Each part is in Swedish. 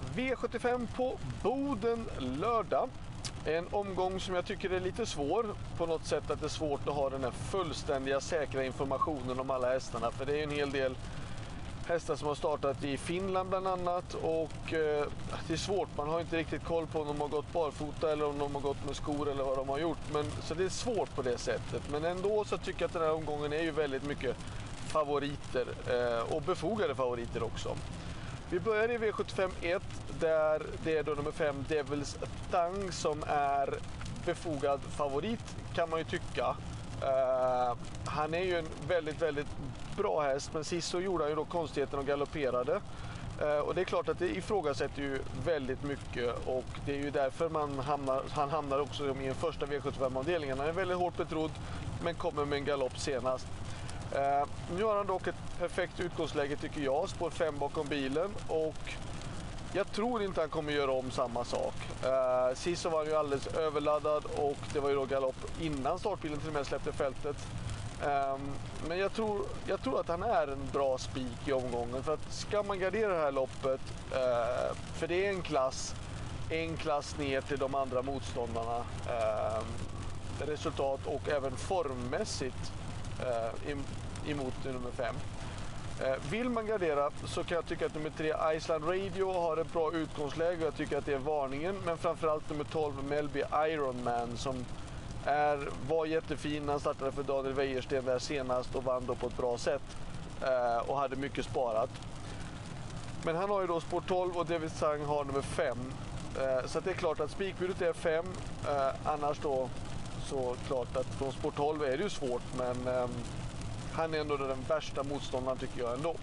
V75 på Boden lördag. En omgång som jag tycker är lite svår på något sätt, att det är svårt att ha den här fullständiga säkra informationen om alla hästarna. För det är en hel del hästar som har startat i Finland bland annat och det är svårt, man har inte riktigt koll på om de har gått barfota eller om de har gått med skor eller vad de har gjort. Så det är svårt på det sättet, men ändå så tycker jag att den här omgången är ju väldigt mycket favoriter och befogade favoriter också. Vi börjar i V75-1 där det är då nummer 5 Devils Tang som är befogad favorit, kan man ju tycka. Han är ju en väldigt, väldigt bra häst, men sist så gjorde han ju då konstigheten och galopperade. Och det är klart att det ifrågasätter ju väldigt mycket och det är ju därför han hamnar också i en första V75-avdelningen. Han är väldigt hårt betrodd men kommer med en galopp senast. Nu har han dock ett perfekt utgångsläge tycker jag, spår 5 bakom bilen, och jag tror inte han kommer göra om samma sak. Sist så var han ju alldeles överladdad och det var ju då galopp innan startbilen till och med släppte fältet. Men jag tror att han är en bra spik i omgången, för att ska man gardera det här loppet, för det är en klass ner till de andra motståndarna, resultat och även formmässigt emot nummer 5. Vill man gardera så kan jag tycka att nummer 3 Iceland Radio har ett bra utgångsläge och jag tycker att det är varningen, men framförallt nummer 12 Melby Ironman som var jättefin. Han startade för Daniel Wäjersten där senast och vann då på ett bra sätt och hade mycket sparat. Men han har ju då spår 12 och David Sang har nummer 5. Så att det är klart att spikbudet är 5. Annars då så klart att från spår 12 är det ju svårt, men han är ändå den värsta motståndaren tycker jag ändå.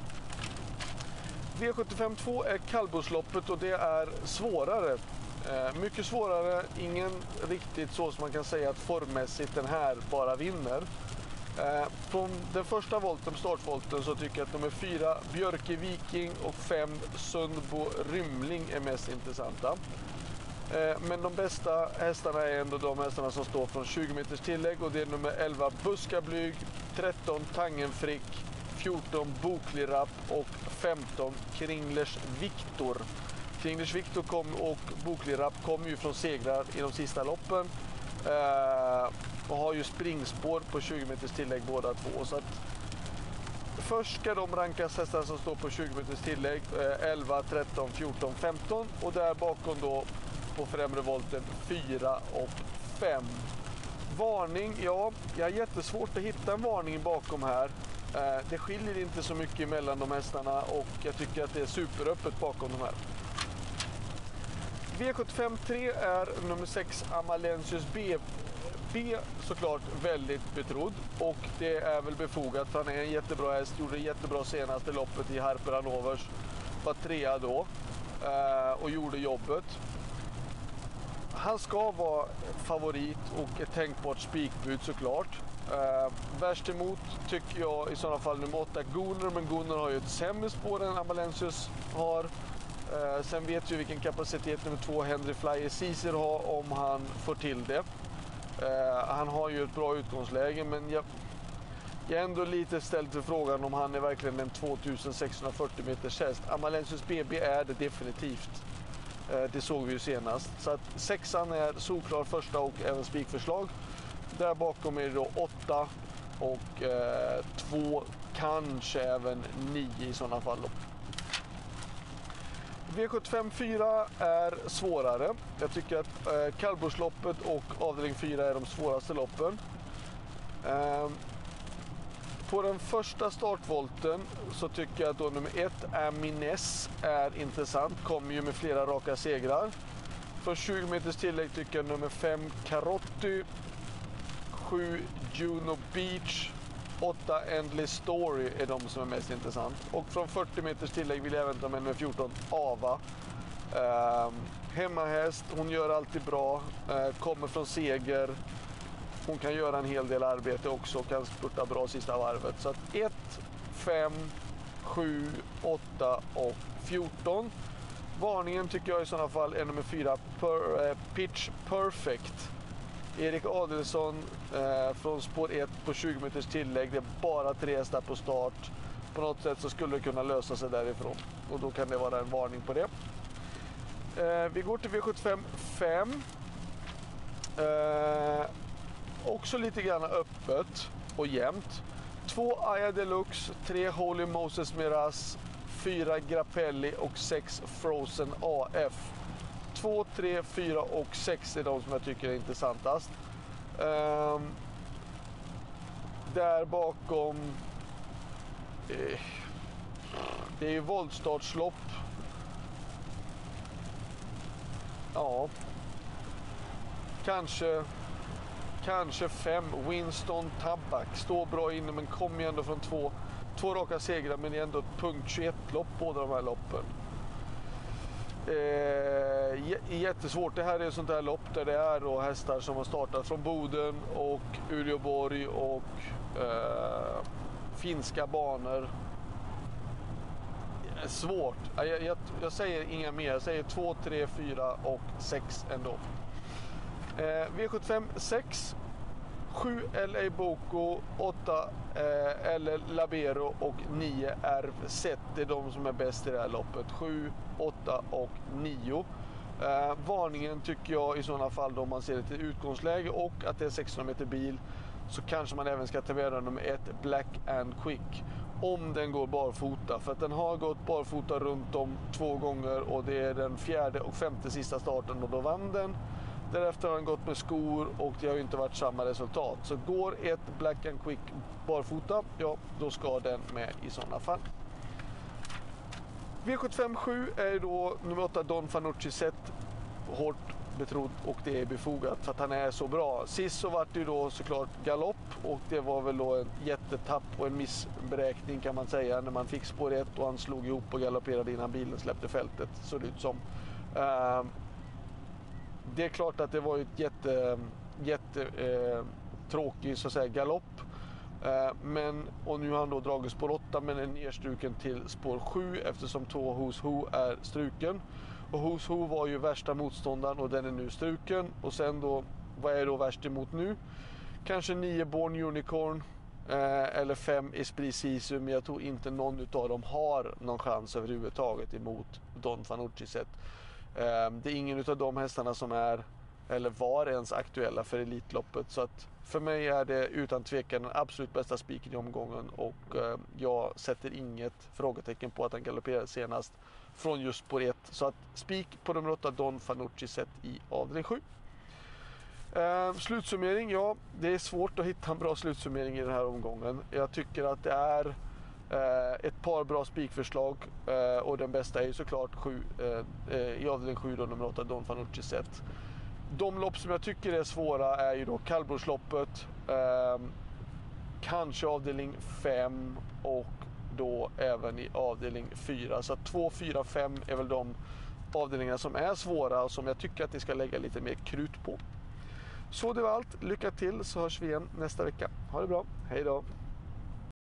V75-2 är kallblodsloppet och det är svårare. Mycket svårare, ingen riktigt så som man kan säga att formmässigt den här bara vinner. Från den första volten, startvolten, så tycker jag att nummer 4 Björke Viking och 5 Sundbo Rymling är mest intressanta. Men de bästa hästarna är ändå de hästarna som står från 20 meters tillägg, och det är nummer 11 Buskablyg, 13 Tangenfrick, 14 Boklirapp och 15 Kringlers Viktor. Kringlers Viktor och Boklirapp kom ju från segrar i de sista loppen och har ju springspår på 20 meters tillägg båda två. Så att först ska de rankas hästar som står på 20 meters tillägg, 11, 13, 14, 15, och där bakom då på främre volten 4 och 5. Varning, ja, jag har jättesvårt att hitta en varning bakom här. Det skiljer inte så mycket mellan de hästarna och jag tycker att det är superöppet bakom de här. V75-3 är nummer 6 Amalensius B såklart väldigt betrodd, och det är väl befogat för han är en jättebra häst, gjorde jättebra senaste loppet i Harper Hanovers, var 3 då och gjorde jobbet. Han ska vara favorit och ett tänkbart spikbud såklart. Värst emot tycker jag i sådana fall nummer 8 Gunnar, men Gunnar har ju ett sämre spår än Amalensius har. Sen vet ju vilken kapacitet nummer 2 Henry Flyer Caesar har om han får till det. Han har ju ett bra utgångsläge, men jag är ändå lite ställd för frågan om han är verkligen en 2640 meters häst. Amalensius BB är det definitivt. Det såg vi ju senast. Så att 6an är solklar första och även spikförslag. Där bakom är det då 8 och 2, kanske även 9 i sådana fall. V75-4 är svårare. Jag tycker att kallblodsloppet och avdelning 4 är de svåraste loppen. På den första startvolten så tycker jag att då nummer 1 Amines är intressant. Kommer ju med flera raka segrar. För 20 meters tillägg tycker jag nummer 5 Carotti, 7 Juno Beach, 8 Endless Story är de som är mest intressant. Och från 40 meters tillägg vill jag även ta med nummer 14 Ava. Hemmahäst, hon gör alltid bra, kommer från seger. Hon kan göra en hel del arbete också och kan spurta bra sista varvet. Så att 1, 5, 7, 8 och 14. Varningen tycker jag i sådana fall är nummer 4 Pitch Perfect. Erik Adelsson från spår 1 på 20 meters tillägg. Det är bara 3 hästar på start. På något sätt så skulle det kunna lösa sig därifrån. Och då kan det vara en varning på det. Vi går till V75 5. Också lite grann öppet och jämnt. 2 Aya Deluxe, 3 Holy Moses Miraz, 4 Grappelli och 6 Frozen AF. 2, 3, 4 och 6 är de som jag tycker är intressantast. Där bakom det är ju voltstartslopp. Ja, kanske 5 Winston Tabak. Står bra inne men kommer ju ändå från två raka segrar, men det är ändå ett punkt 21-lopp båda de här loppen. Jättesvårt. Det här är ett sånt här lopp där det är då hästar som har startat från Boden och Uleåborg och finska banor. Svårt. Jag säger inga mer. Jag säger 2, 3, 4 och 6 ändå. V75 6. 7 LA Boko, 8 LL Labero och 9 RZ. Det är de som är bäst i det här loppet. 7, 8 och 9. Varningen tycker jag i sådana fall då man ser det till utgångsläge och att det är 600 meter bil, så kanske man även ska ta med nummer 1 Black and Quick om den går barfota, för att den har gått barfota runt om 2 gånger och det är den 4:e och 5:e sista starten och då vann den. Därefter har den gått med skor och det har ju inte varit samma resultat. Så går 1 Black and Quick barfota, ja då ska den med i sådana fall. V75 7 är då nummer 8 Don Fanucci sett hårt betrodd och det är befogat för att han är så bra. Sist så var det ju då såklart galopp och det var väl då en jättetapp och en missberäkning kan man säga när man fick spår 1 och han slog ihop och galopperade innan bilen släppte fältet, så det ut som. Det är klart att det var ju ett tråkig så att säga galopp. Och nu har han då dragit spår 8 men är nedstruken till spår 7 eftersom 2 Who's Who är struken. Och Who's Who var ju värsta motståndaren och den är nu struken. Och sen då, vad är då värst emot nu? Kanske 9 Born Unicorn eller 5 Esprit Sisu, men jag tror inte någon utav dem har någon chans överhuvudtaget emot Don Fanucci sett. Det är ingen utav de hästarna som är eller var ens aktuella för Elitloppet, så att för mig är det utan tvekan den absolut bästa spiken i omgången och jag sätter inget frågetecken på att han galopperade senast från just på 1, så att spik på nummer 8 Don Fanucci sett i avdelning 7. Slutsummering, ja det är svårt att hitta en bra slutsummering i den här omgången. Jag tycker att det är ett par bra spikförslag och den bästa är ju såklart i avdelning 7 då nummer 8 Don Fanucci sett. De lopp som jag tycker är svåra är ju då kallblodsloppet, kanske avdelning 5 och då även i avdelning 4. Så 2, 4, 5 är väl de avdelningar som är svåra och som jag tycker att ni ska lägga lite mer krut på. Så det var allt. Lycka till så hörs vi igen nästa vecka. Ha det bra. Hej då!